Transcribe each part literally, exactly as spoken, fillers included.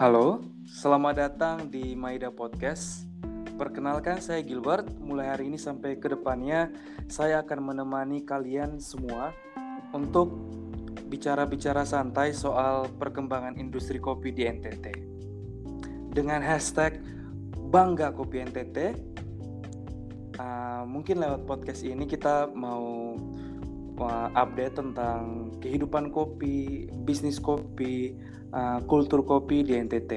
Halo, selamat datang di Maida Podcast. Perkenalkan, saya Gilbert. Mulai hari ini sampai ke depannya saya akan menemani kalian semua untuk bicara-bicara santai soal perkembangan industri kopi di N T T. Dengan hashtag Bangga Kopi N T T. Uh, mungkin lewat podcast ini kita mau uh, update tentang kehidupan kopi, bisnis kopi, uh, kultur kopi di N T T.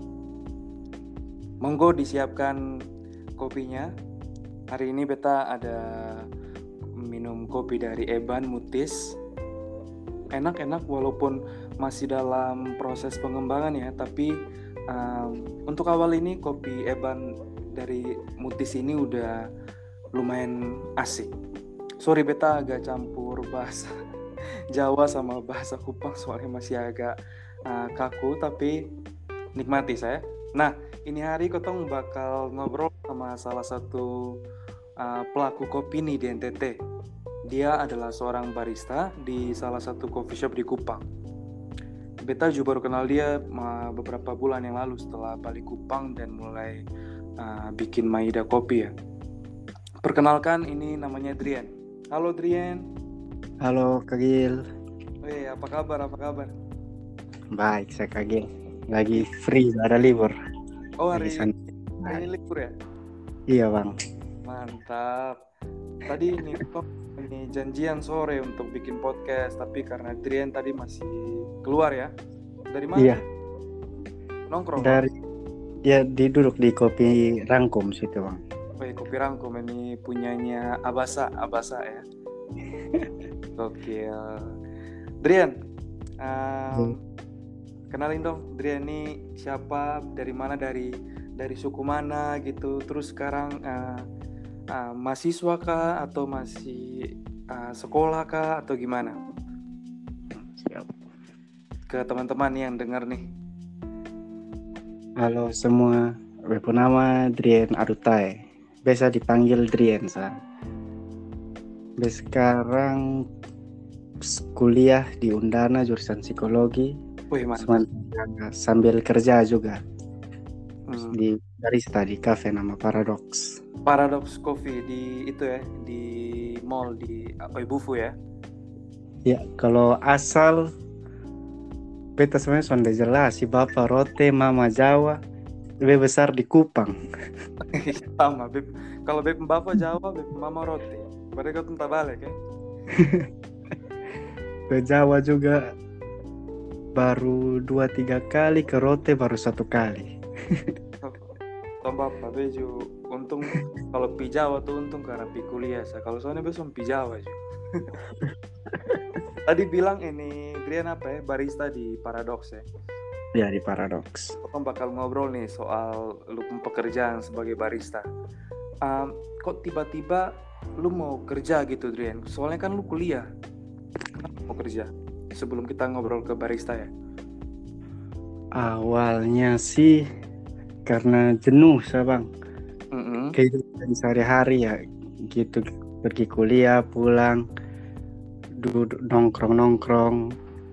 Monggo disiapkan kopinya. Hari ini beta ada minum kopi dari Eban Mutis. Enak-enak walaupun masih dalam proses pengembangan ya, tapi um, untuk awal ini kopi Eban dari Mutis ini udah lumayan asik. Sorry beta agak campur bahasa Jawa sama bahasa Kupang soalnya masih agak uh, kaku, tapi nikmati saya. Nah, ini hari Kotong bakal ngobrol sama salah satu uh, pelaku kopi nih di N T T. Dia adalah seorang barista di salah satu coffee shop di Kupang. Beta juga baru kenal dia uh, beberapa bulan yang lalu setelah balik Kupang dan mulai uh, bikin Maida Kopi ya. Perkenalkan, ini namanya Drian. Halo Drian. Halo Kak Gil. Weh, apa kabar? Apa kabar? Baik, saya Kak Gil. Lagi free, ada libur. Oh, hari, san- hari ini libur ya? Iya bang. Mantap. Tadi ini kok ini janjian sore untuk bikin podcast, tapi karena Drian tadi masih keluar ya. Dari mana? Iya. Nongkrong. Dari ya diduduk di kopi Rangkum situ bang. Weh, kopi Rangkum ini punyanya Abasa, Abasa ya. Gokil. Drian, um, kenalin dong, Drian ini siapa, dari mana, dari dari suku mana gitu. Terus sekarang uh, uh, mahasiswa kah atau masih uh, sekolah kah atau gimana? Siap. Ke teman-teman yang dengar nih. Halo semua, aku nama Drian Arutai. Biasa dipanggil Drian sa. Sekarang kuliah di Undana jurusan psikologi. Wih, mantap. Sambil kerja juga Hmm. di barista di cafe nama Paradox. Paradox Coffee di itu ya, di mall di Oibufu ya. Ya, kalau asal beta sebenarnya sudah jelas, si bapak rote, mama Jawa, lebih besar di Kupang. Sama, Beb. Kalau Beb Bapak Jawa, Beb Mama roti. Mereka tuh tak balik ya. Ke Jawa juga baru dua tiga kali, ke rote baru satu kali. Tambah apa beju. Untung kalau pi Jawa tuh untung karena pi kuliah. Kalau soalnya besok pi Jawa aja. Tadi bilang ini Drian apa ya, barista di Paradox ya. Ya, di Paradox. Kita bakal ngobrol nih soal lu pekerjaan sebagai barista. Um, kok tiba-tiba lu mau kerja gitu Drian? Soalnya kan lu kuliah. Kenapa mau kerja? Sebelum kita ngobrol ke barista ya. Awalnya sih karena jenuh sih bang. Mm-hmm. Kehidupan sehari-hari ya gitu, pergi kuliah pulang duduk nongkrong-nongkrong,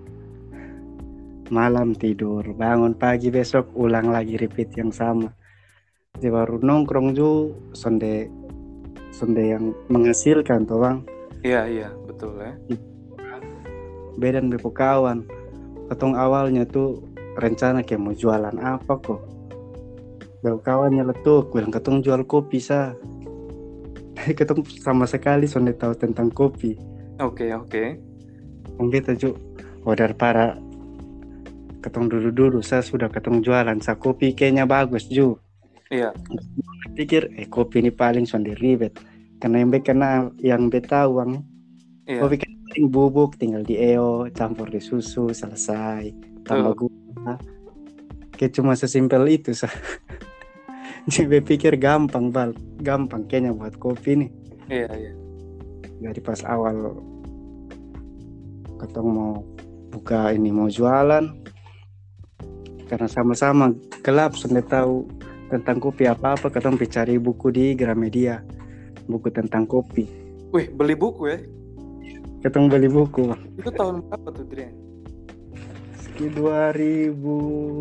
malam tidur, bangun pagi besok ulang lagi, repeat yang sama. Jadi baru nongkrong juga sonde sonde yang menghasilkan tuh bang. Iya iya betul ya. Beda dengan bepo kawan. Ketong awalnya tuh rencana kayak mau jualan apa kok. Bepo kawannya letuk bilang ketong jual kopi sah. Ketong sama sekali sonde tahu tentang kopi. Oke okay, oke. Okay. Yang kita juga oh daripada ketong dulu-dulu saya sudah ketong jualan sa kopi kayaknya bagus juga. Iya. Pikir eh kopi ini paling sonde ribet. Karena yang kena yang beta uang. Iya. Kopi kan paling bubuk tinggal di eo, campur di susu, selesai. Tambah gula. Kayak cuma sesimpel itu sah. Jadi pikir gampang bal, gampang kayaknya buat kopi nih. Iya iya. Dari pas awal ketong mau buka ini mau jualan, karena sama-sama gelap sudah tahu tentang kopi apa-apa, ketong cari buku di Gramedia, buku tentang kopi. Wih, beli buku ya? Ketong beli buku. Itu tahun berapa tuh Drian? dua ribu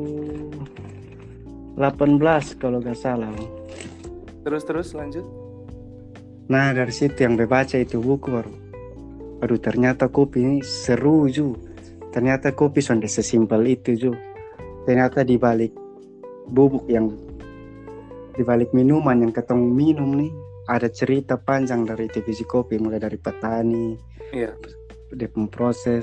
delapan belas kalau nggak salah. Terus terus lanjut. Nah dari situ yang baca itu buku baru, aduh ternyata kopi ini seru ju. Ternyata kopi sudah sesimpel itu ju. Ternyata di balik bubuk yang di balik minuman yang ketemu minum nih ada cerita panjang dari T V C kopi, mulai dari petani, iya, dia proses,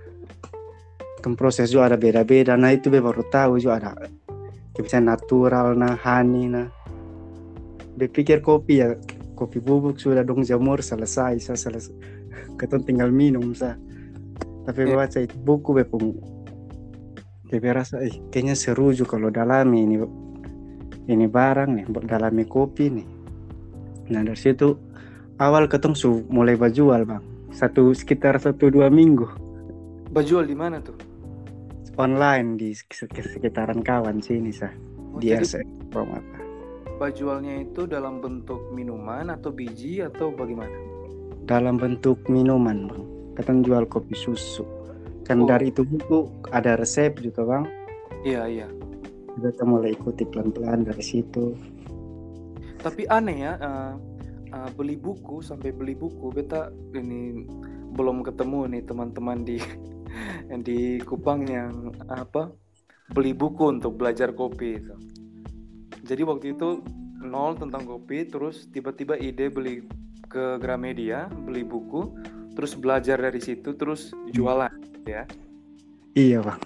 proses juga ada beda-beda. Nah itu be baru tahu juga ada misalnya natural nah, honey nah. Dia pikir kopi ya kopi bubuk sudah dong jamur selesai, saya selesai, ketemu tinggal minum sah. Tapi yeah. baca itu buku be pun, kayak rasa eh kayaknya seru juga kalau dalami ini ini barang nih, dalami kopi nih. Nah dari situ awal ketemu su mulai berjual bang, satu sekitar satu dua minggu. Berjual di mana tuh? Online di sekitaran kawan sini sah, oh, di R C Promata. Berjualnya itu dalam bentuk minuman atau biji atau bagaimana? Dalam bentuk minuman bang, kita jual kopi susu. Kan oh. dari itu buku ada resep juga bang. Iya iya. Kita mulai ikuti pelan-pelan dari situ. Tapi aneh ya, uh, uh, beli buku sampai beli buku, beta ini belum ketemu nih teman-teman di di Kupang yang apa beli buku untuk belajar kopi itu. Jadi waktu itu nol tentang kopi, terus tiba-tiba ide beli ke Gramedia, beli buku, terus belajar dari situ, terus jualan ya. Iya bang.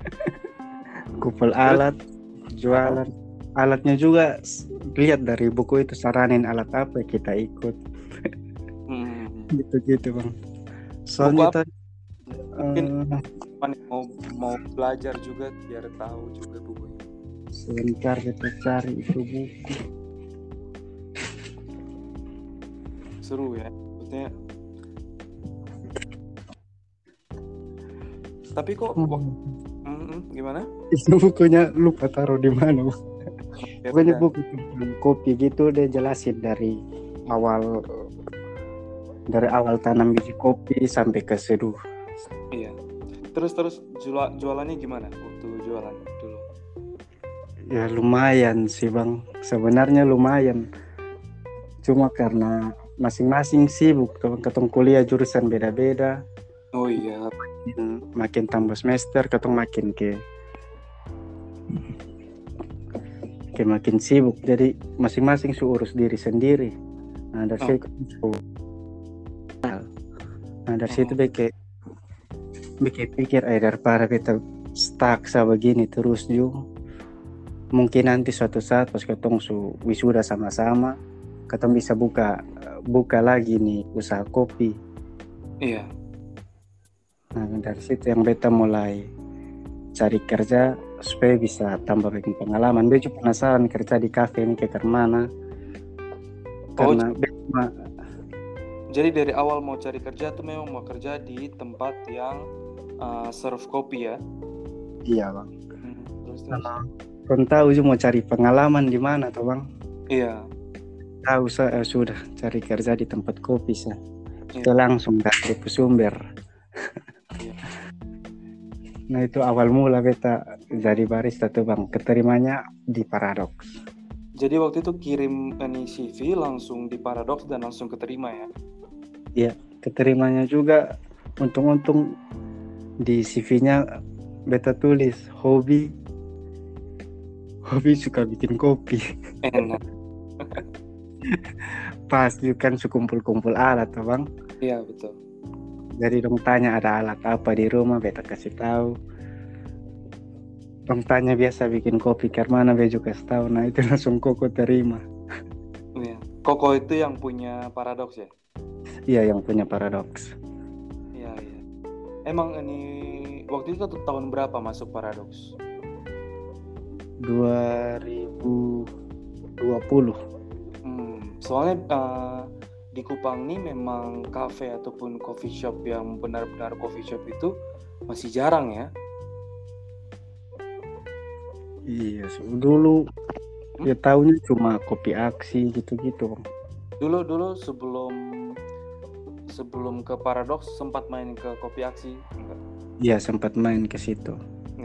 Kumpul alat, jualan. Alatnya juga lihat dari buku itu, saranin alat apa kita ikut. hmm. Gitu-gitu bang. Soalnya kita mungkin uh, mau mau belajar juga biar tahu juga bukunya. Sebentar kita cari itu buku. Seru ya, maksudnya. Tapi kok hmm. wak- mm-mm, gimana? Itu bukunya lupa taruh di mana bang. Pokoknya buku kopi gitu dia jelasin dari awal dari awal tanam biji kopi sampai ke seduh. Iya. Terus terus jual, jualannya gimana waktu jualan dulu? Ya lumayan sih bang. Sebenarnya lumayan. Cuma karena masing-masing sibuk, ketemu kuliah jurusan beda-beda. Oh iya. Makin, makin tambah semester, ketemu makin ke Kayak makin sibuk, jadi masing-masing su urus diri sendiri. Nah dari oh. situ, nah dari oh. situ beke, beke pikir, eh daripada kita stuck sa begini terus juga, mungkin nanti suatu saat pas ketemu su wisuda sama-sama, ketemu bisa buka buka lagi nih usaha kopi. Iya. Nah dari situ yang beta mulai cari kerja supaya bisa tambah banyak pengalaman. Beta penasaran kerja di kafe ini kayak mana. Karena oh, beta, jadi dari awal mau cari kerja tuh memang mau kerja di tempat yang uh, serve kopi ya? Iya bang. Hmm, terus terus. Kon tahu juga mau cari pengalaman di mana tuh bang? Iya. Tahu saya eh, sudah cari kerja di tempat kopi saya. Iya. Sudah langsung dari sumber. Iya. Nah itu awal mula beta jadi barista tuh bang, keterimanya di Paradox. Jadi waktu itu kirim ini C V langsung di Paradox dan langsung keterima ya? Iya, keterimanya juga untung-untung di C V-nya beta tulis hobi hobi suka bikin kopi. Enak. Pas juga kan sekumpul-kumpul alat tuh bang. Iya betul. Jadi dong tanya ada alat apa di rumah, beta kasih tahu. Dong tanya biasa bikin kopi karena beta juga kasih tahu. Nah itu langsung Koko terima. Iya. Koko itu yang punya Paradox ya? Iya yang punya Paradox. Iya iya. Emang ini waktu itu tahun berapa masuk Paradox? dua ribu dua puluh. Hmm, soalnya uh, di Kupang ini memang kafe ataupun coffee shop yang benar-benar coffee shop itu masih jarang ya. Iya, dulu hmm? ya tahunya cuma kopi aksi gitu-gitu. Dulu dulu sebelum sebelum ke Paradox sempat main ke kopi aksi enggak? Iya, sempat main ke situ.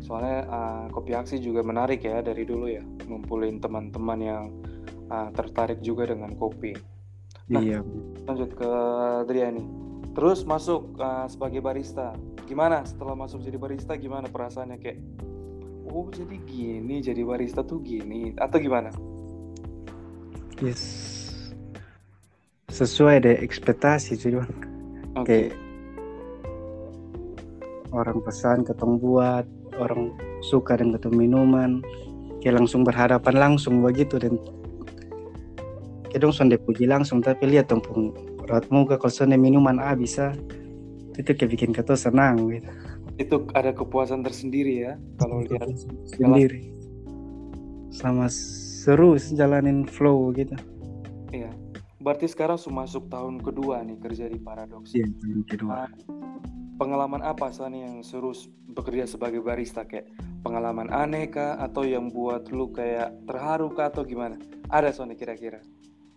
Soalnya uh, kopi aksi juga menarik ya dari dulu ya, ngumpulin teman-teman yang uh, tertarik juga dengan kopi. Nah, Iya. lanjut ke Dria nih. Terus masuk uh, sebagai barista. Gimana setelah masuk jadi barista, gimana perasaannya kayak, oh jadi gini, jadi barista tuh gini, atau gimana? Yes. Sesuai deh ekspektasi cuy bang. Oke. Kayak orang pesan ketong buat, orang suka dengan ketong minuman, kayak langsung berhadapan langsung begitu, dan kayak dong sonde puji langsung, tapi lihat dong pun raut muka kalau sonde minuman ah bisa, itu kayak bikin ketong senang gitu. Itu ada kepuasan tersendiri ya kalau lihat sendiri sama seru jalanin flow gitu. Iya. Berarti sekarang sudah masuk tahun kedua nih kerja di Paradox. Iya, tahun kedua. Nah, pengalaman apa Sani yang seru bekerja sebagai barista? Kayak pengalaman aneh kah, atau yang buat lu kayak terharu kah, atau gimana? Ada Sani kira-kira?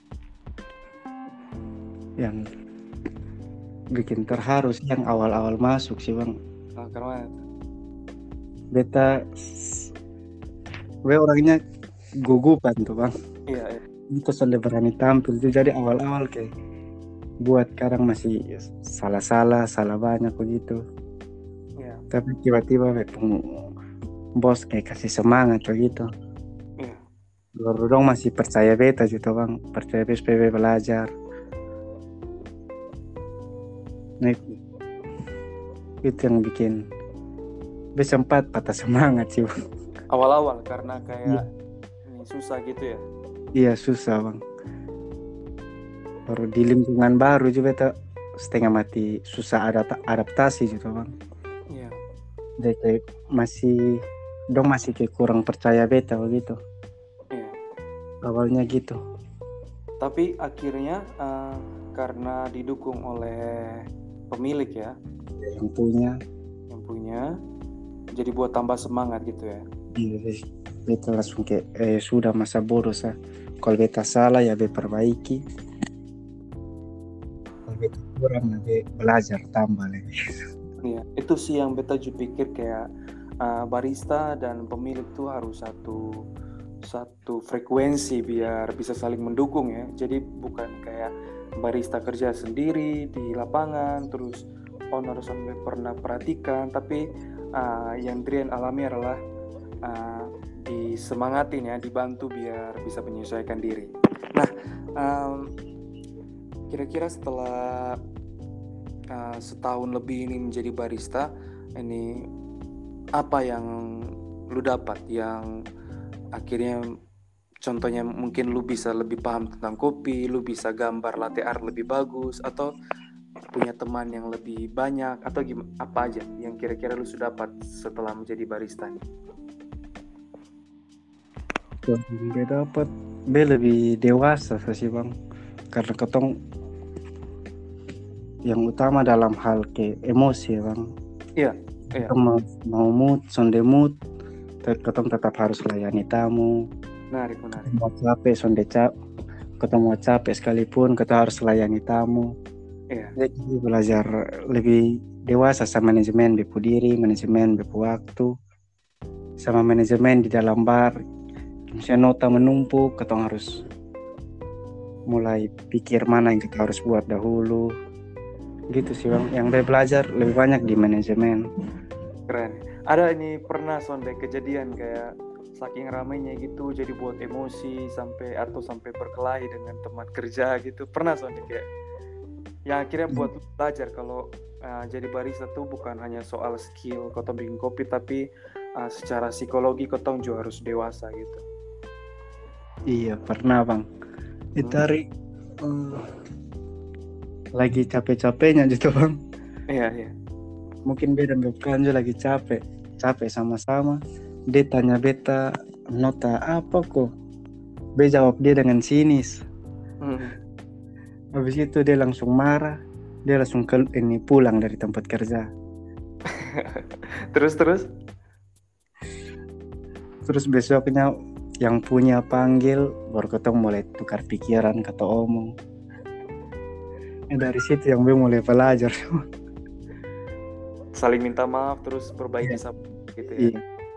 Yang bikin terharu sih yang awal-awal masuk sih bang. Nah, karena beta gue orangnya gugupan tuh bang. Iya, iya. Itu sudah berani tampil tuh, jadi awal-awal kayak buat kadang masih salah-salah, salah banyak begitu. Iya. Tapi tiba-tiba bos kayak kasih semangat begitu. Iya. Baru dong masih percaya beta gitu bang, percaya beta supaya belajar. Nah, itu yang bikin beta sempat patah semangat sih bang. Awal-awal karena kayak ini susah gitu ya. Iya susah bang. Baru di lingkungan baru juga beta setengah mati susah adapt- adaptasi gitu bang. Iya. Jadi kayak masih dong masih kayak kurang percaya beta begitu. Iya. Awalnya gitu. Tapi akhirnya uh, karena didukung oleh pemilik ya, yang punya, yang punya, jadi buat tambah semangat gitu ya. Iya, beta langsung kayak eh, sudah masa bodoh sah. Kalau beta salah ya beta perbaiki. Kalau beta kurang ya beta belajar tambah lagi. Iya, itu sih yang beta juga pikir kayak uh, barista dan pemilik tuh harus satu satu frekuensi biar bisa saling mendukung ya. Jadi bukan kayak barista kerja sendiri di lapangan terus owner sampai pernah perhatikan, tapi uh, yang Drian alami adalah uh, disemangatin ya, dibantu biar bisa menyesuaikan diri. Nah, um, kira-kira setelah uh, setahun lebih ini menjadi barista, ini apa yang lu dapat yang akhirnya contohnya mungkin lu bisa lebih paham tentang kopi, lu bisa gambar latte art lebih bagus, atau punya teman yang lebih banyak, atau gimana, apa aja yang kira-kira lu sudah dapat setelah menjadi barista nih? Gue dapat be lebih dewasa sih bang, karena ketong yang utama dalam hal ke emosi bang. Iya, iya. Ketong mau, mau mood, sonde mood, ketong tetap harus layani tamu. Menarik, menarik. Mau capek, sonde cap, ketemu capek sekalipun kita harus layani tamu. Iya. Jadi belajar lebih dewasa sama manajemen bepu diri, manajemen bepu waktu, sama manajemen di dalam bar. Misalnya nota menumpuk, kita harus mulai pikir mana yang kita harus buat dahulu. Gitu sih bang, yang saya belajar lebih banyak di manajemen. Keren. Ada ini pernah sonde kejadian kayak saking ramainya gitu jadi buat emosi sampai atau sampai berkelahi dengan teman kerja gitu. Pernah sonde kayak yang akhirnya buat hmm. belajar kalau uh, jadi barista tuh bukan hanya soal skill kotong bikin kopi, tapi uh, secara psikologi kotong juga harus dewasa gitu. Iya pernah bang. Itu hari hmm, lagi capek-capeknya gitu bang. Iya iya. Mungkin beda bukan juga lagi capek, capek sama-sama. Dia tanya beta nota apa kok? Be jawab dia dengan sinis. Hmm. Habis itu dia langsung marah, dia langsung ke ini pulang dari tempat kerja. terus terus? Terus besoknya yang punya panggil, baru ketemu mulai tukar pikiran kata omong. Eh, dari situ yang gue mulai belajar. Saling minta maaf terus perbaiki iya. sama gitu ya. Iya.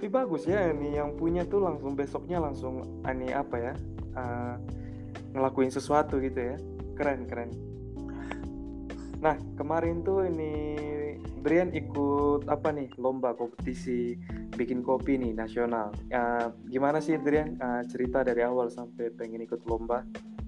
Tapi bagus ya, ini yang punya tuh langsung besoknya langsung ini apa ya, uh, ngelakuin sesuatu gitu ya. Keren keren. Nah kemarin tuh ini Brian ikut apa nih, lomba kompetisi bikin kopi nih nasional. Uh, gimana sih Brian, uh, cerita dari awal sampai pengen ikut lomba?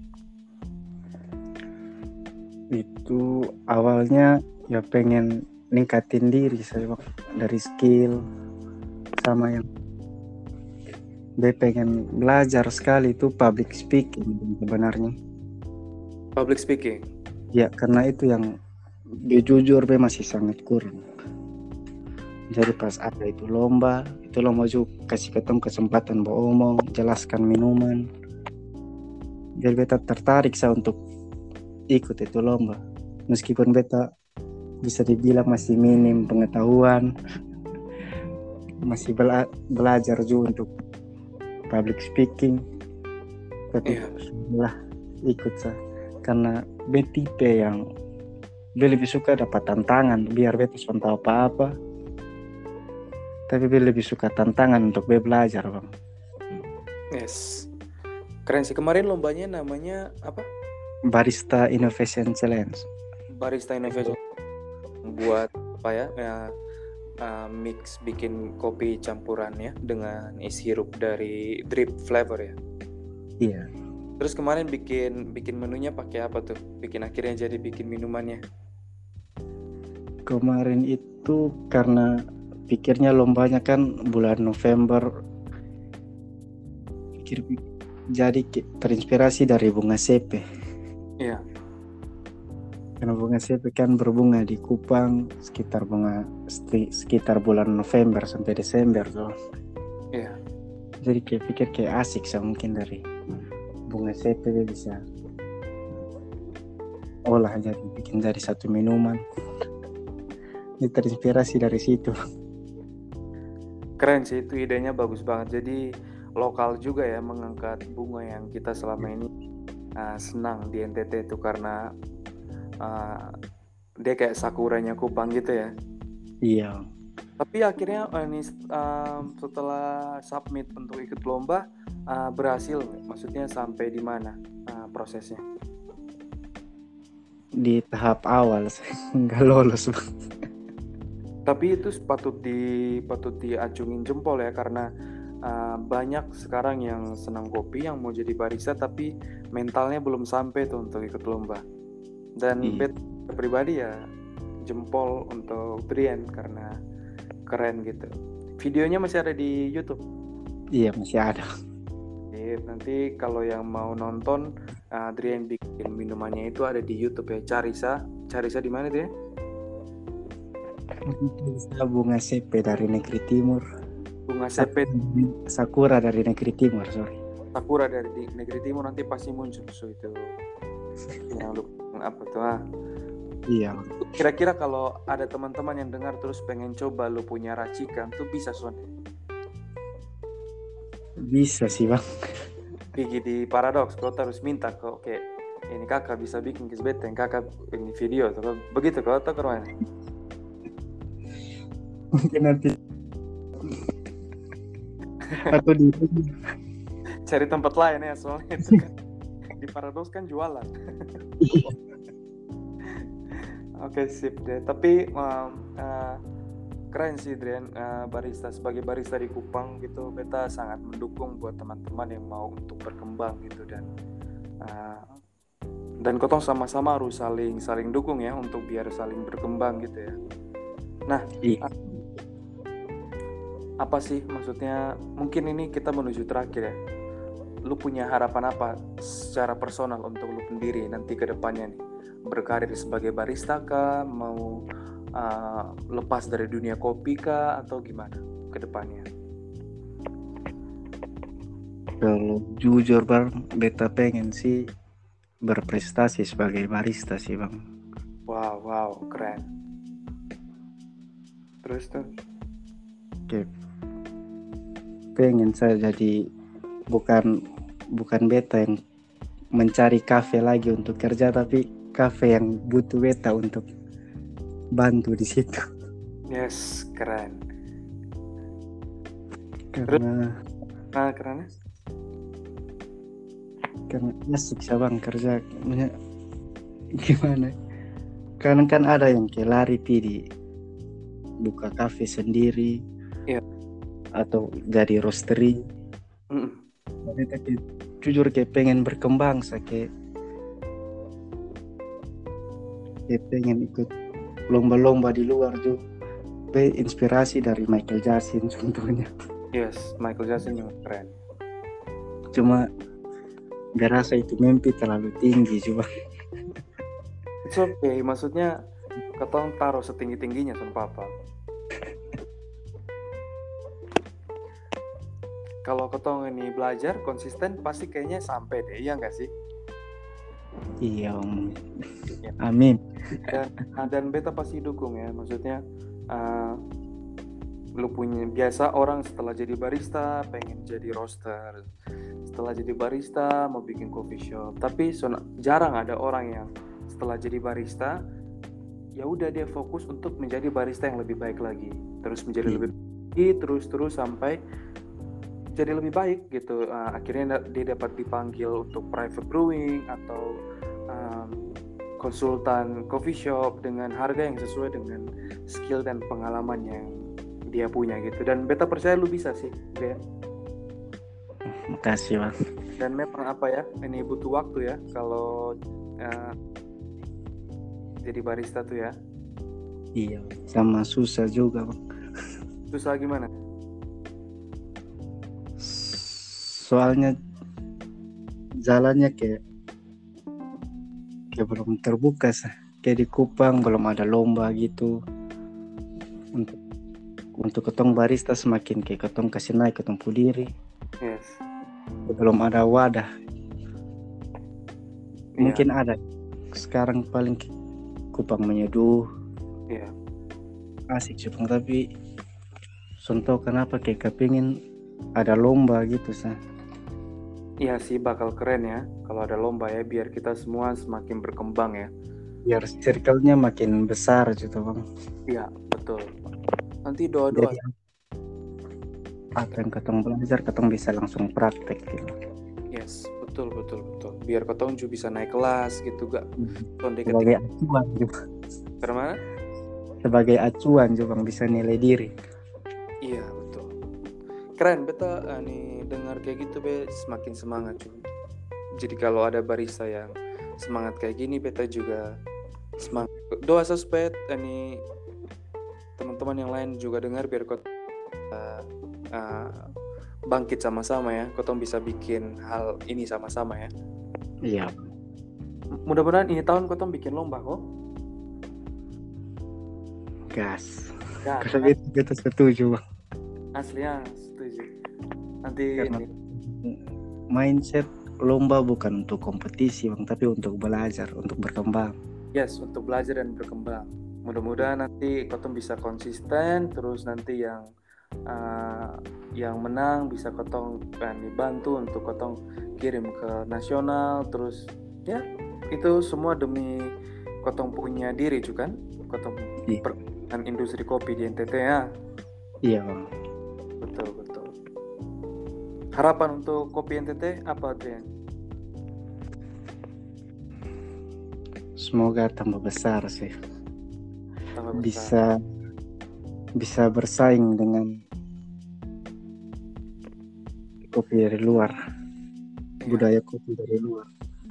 Itu awalnya ya pengen ningkatin diri saya dari skill, sama yang dia pengen belajar sekali itu public speaking sebenarnya. Public speaking? Ya karena itu yang dia jujur dia masih sangat kurang. Jadi pas ada itu lomba, itu lomba juga kasih ketemu kesempatan beromong, jelaskan minuman. Jadi beta tertarik saya untuk ikut itu lomba. Meskipun beta bisa dibilang masih minim pengetahuan, masih bela- belajar juga untuk public speaking, tapi yeah. lah ikut saya karena beta tipe yang dia lebih suka dapat tantangan, biar beta suka tahu apa-apa, tapi dia lebih suka tantangan untuk dia belajar bang. Yes, keren sih. Kemarin lombanya namanya apa? Barista Innovation Challenge. Barista Innovation buat apa ya? Ya uh, mix bikin kopi campuran ya dengan isi sirup dari drip flavor ya. Iya. Terus kemarin bikin bikin menunya pakai apa tuh? Bikin akhirnya jadi bikin minumannya. Kemarin itu karena pikirnya lombanya kan bulan November, pikir jadi terinspirasi dari bunga sepe. Iya. Karena bunga sepe kan berbunga di Kupang sekitar bunga sekitar bulan November sampai Desember tuh. Iya. Jadi kayak pikir kayak asik sih mungkin dari bunga sepe bisa olah jadi bikin jadi satu minuman. Ini terinspirasi dari situ. Keren sih, itu idenya bagus banget. Jadi lokal juga ya, mengangkat bunga yang kita selama ini uh, senang di N T T itu karena uh, dia kayak sakuranya Kupang gitu ya. Iya. Tapi akhirnya uh, ini uh, setelah submit untuk ikut lomba uh, berhasil, maksudnya sampai di mana uh, prosesnya? Di tahap awal nggak lolos. Tapi itu patut di patut diacungin jempol ya, karena uh, banyak sekarang yang senang kopi yang mau jadi barista tapi mentalnya belum sampai tuh untuk ikut lomba. Dan iya. bet pribadi ya jempol untuk Brian karena keren gitu. Videonya masih ada di YouTube. Iya masih ada. Jadi, nanti kalau yang mau nonton uh, Adrian bikin minumannya itu ada di YouTube ya. Carisa, Carisa di mana dia? Bunga sepe dari negeri timur. Bunga sepe. Sakura dari negeri timur, sorry. Sakura dari di, negeri timur nanti pasti muncul so itu. Yang lu apa tuh ah? Iya. Kira-kira kalau ada teman-teman yang dengar terus pengen coba lu punya racikan tuh bisa Son? Bisa sih bang. Pergi di Paradox, kau harus minta kok, oke ini kakak bisa bikin kisbeten, kakak ini video tuh, begitu kau atau kemana? Mungkin nanti atau di cari tempat lain ya, soalnya itu kan di Paradox kan jualan. Oke, sip deh. Tapi um, uh, keren sih Drian, uh, barista sebagai barista di Kupang gitu, beta sangat mendukung buat teman-teman yang mau untuk berkembang gitu, dan uh, dan kotong sama-sama harus saling saling dukung ya untuk biar saling berkembang gitu ya. Nah, iya. Apa sih maksudnya, mungkin ini kita menuju terakhir ya, lu punya harapan apa secara personal untuk lu sendiri nanti ke depannya nih, berkarir sebagai barista kah, mau uh, lepas dari dunia kopi kah, atau gimana ke depannya? Kalau jujur bang, beta pengen sih berprestasi sebagai barista sih bang. Wow, wow, keren. Terus tuh? Oke. Pengen saya jadi bukan bukan beta yang mencari kafe lagi untuk kerja, tapi kafe yang butuh beta untuk bantu di situ. Yes, keren. Karena Nah, karena karena asik sih bang kerja. Maksudnya gimana? Karena kan ada yang kayak lari di buka kafe sendiri, Iya. atau jadi roastery. Mm-mm. Tapi tapi jujur kayak pengen berkembang, saya kayak, kayak pengen ikut lomba-lomba di luar juga. Be inspirasi dari Michael Jackson contohnya. Yes, Michael Jackson yang keren. Cuma gak rasa itu mimpi terlalu tinggi juga. It's okay, maksudnya ketong taruh setinggi-tingginya sama papa. Kalau ketong ini belajar konsisten pasti kayaknya sampai deh, iya nggak sih? Iya om. Ya. Amin. Dan nah, dan beta pasti dukung ya, maksudnya uh, lu punya biasa orang setelah jadi barista pengen jadi roaster, setelah jadi barista mau bikin coffee shop, tapi so, jarang ada orang yang setelah jadi barista ya udah dia fokus untuk menjadi barista yang lebih baik lagi, terus menjadi Hmm. lebih baik, terus terus sampai jadi lebih baik gitu. Uh, akhirnya dia dapat dipanggil untuk private brewing atau um, konsultan coffee shop dengan harga yang sesuai dengan skill dan pengalaman yang dia punya gitu. Dan beta percaya lu bisa sih, Brian. Makasih bang. Dan memang apa ya, ini butuh waktu ya kalau uh, jadi barista tuh ya. Iya, sama susah juga bang. Susah gimana? Soalnya jalannya kayak kayak belum terbuka sih. Kayak di Kupang belum ada lomba gitu. Untuk untuk ketong barista semakin kayak ketong kasih naik ketong diri. Yes. Belum ada wadah. Iya. Mungkin ada. Sekarang paling Kupang Menyeduh. Iya. Asik sih bang, tapi contoh kenapa kayak kepingin ada lomba gitu sah. Iya sih bakal keren ya kalau ada lomba ya, biar kita semua semakin berkembang ya. Biar circle-nya makin besar gitu bang. Iya betul. Nanti doa-doa. Jadi apa yang ketong belajar ketong bisa langsung praktek gitu. Yes betul betul betul. Biar ketong juga bisa naik kelas gitu gak. Sonde Sebagai ketika acuan juga. mana? Sebagai acuan juga bang, bisa nilai diri. Iya betul. Keren beta uh, nih dengar kayak gitu be semakin semangat cuy. Jadi kalau ada barista yang semangat kayak gini beta juga semangat. Doa supaya ini teman-teman yang lain juga dengar biar kau uh, uh, bangkit sama-sama ya. Kau bisa bikin hal ini sama-sama ya. Iya. Mudah-mudahan ini tahun kau bikin lomba kok. Gas. Ya, Karena itu kita setuju bang. aslinya setuju. Nanti Karena ini mindset lomba bukan untuk kompetisi bang, tapi untuk belajar, untuk berkembang. yes untuk belajar dan berkembang. Mudah-mudahan nanti Kotong bisa konsisten, terus nanti yang uh, yang menang bisa Kotong kan dibantu untuk Kotong kirim ke nasional, terus ya itu semua demi Kotong punya diri juga kan, Kotong Iya. perkembangan industri kopi di N T T ya. Iya bang. Betul betul. Harapan untuk kopi N T T apa Adrian? Semoga tambah besar sih. Tambah besar. Bisa bisa bersaing dengan kopi dari luar, Ya. budaya kopi dari luar.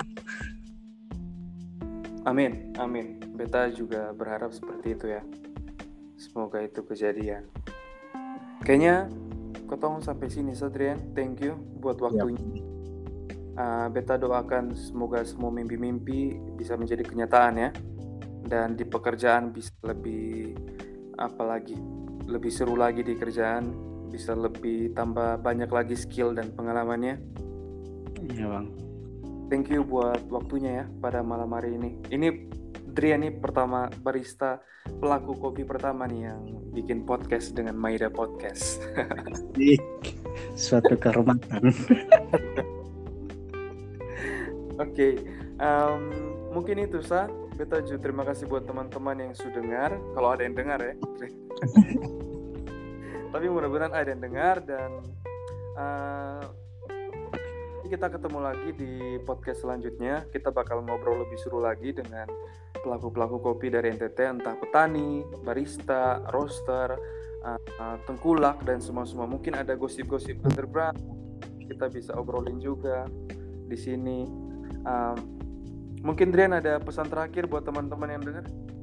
Amin, amin. Beta juga berharap seperti itu ya. Semoga itu kejadian. Kayaknya Kotong sampai sini, Sadrian. Thank you buat waktunya. Uh, beta doakan semoga semua mimpi-mimpi bisa menjadi kenyataan ya. Dan di pekerjaan bisa lebih apalagi lebih seru lagi di kerjaan, bisa lebih tambah banyak lagi skill dan pengalamannya. Iya bang. Thank you buat waktunya ya pada malam hari ini. Ini Drian nih pertama barista pelaku kopi pertama nih yang bikin podcast dengan Maida Podcast. Suatu kehormatan. Oke, okay. um, mungkin itu Sa. Beta juga terima kasih buat teman-teman yang sudah dengar. Kalau ada yang dengar ya. Tapi mudah-mudahan ada yang dengar dan uh, kita ketemu lagi di podcast selanjutnya. Kita bakal ngobrol lebih seru lagi dengan pelaku-pelaku kopi dari N T T, entah petani, barista, roaster, uh, uh, tengkulak, dan semua-semua. Mungkin ada gosip-gosip underground, kita bisa obrolin juga di sini. Um, mungkin Drian ada pesan terakhir buat teman-teman yang dengar?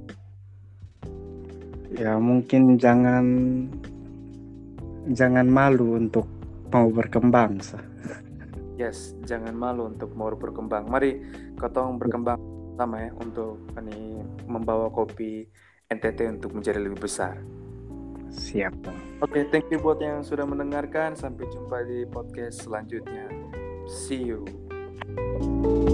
Ya mungkin jangan jangan malu untuk mau berkembang. Yes, jangan malu untuk mau berkembang. Mari kotong berkembang sama ya untuk ini membawa kopi N T T untuk menjadi lebih besar. Siap. Oke, okay, thank you buat yang sudah mendengarkan. Sampai jumpa di podcast selanjutnya. See you.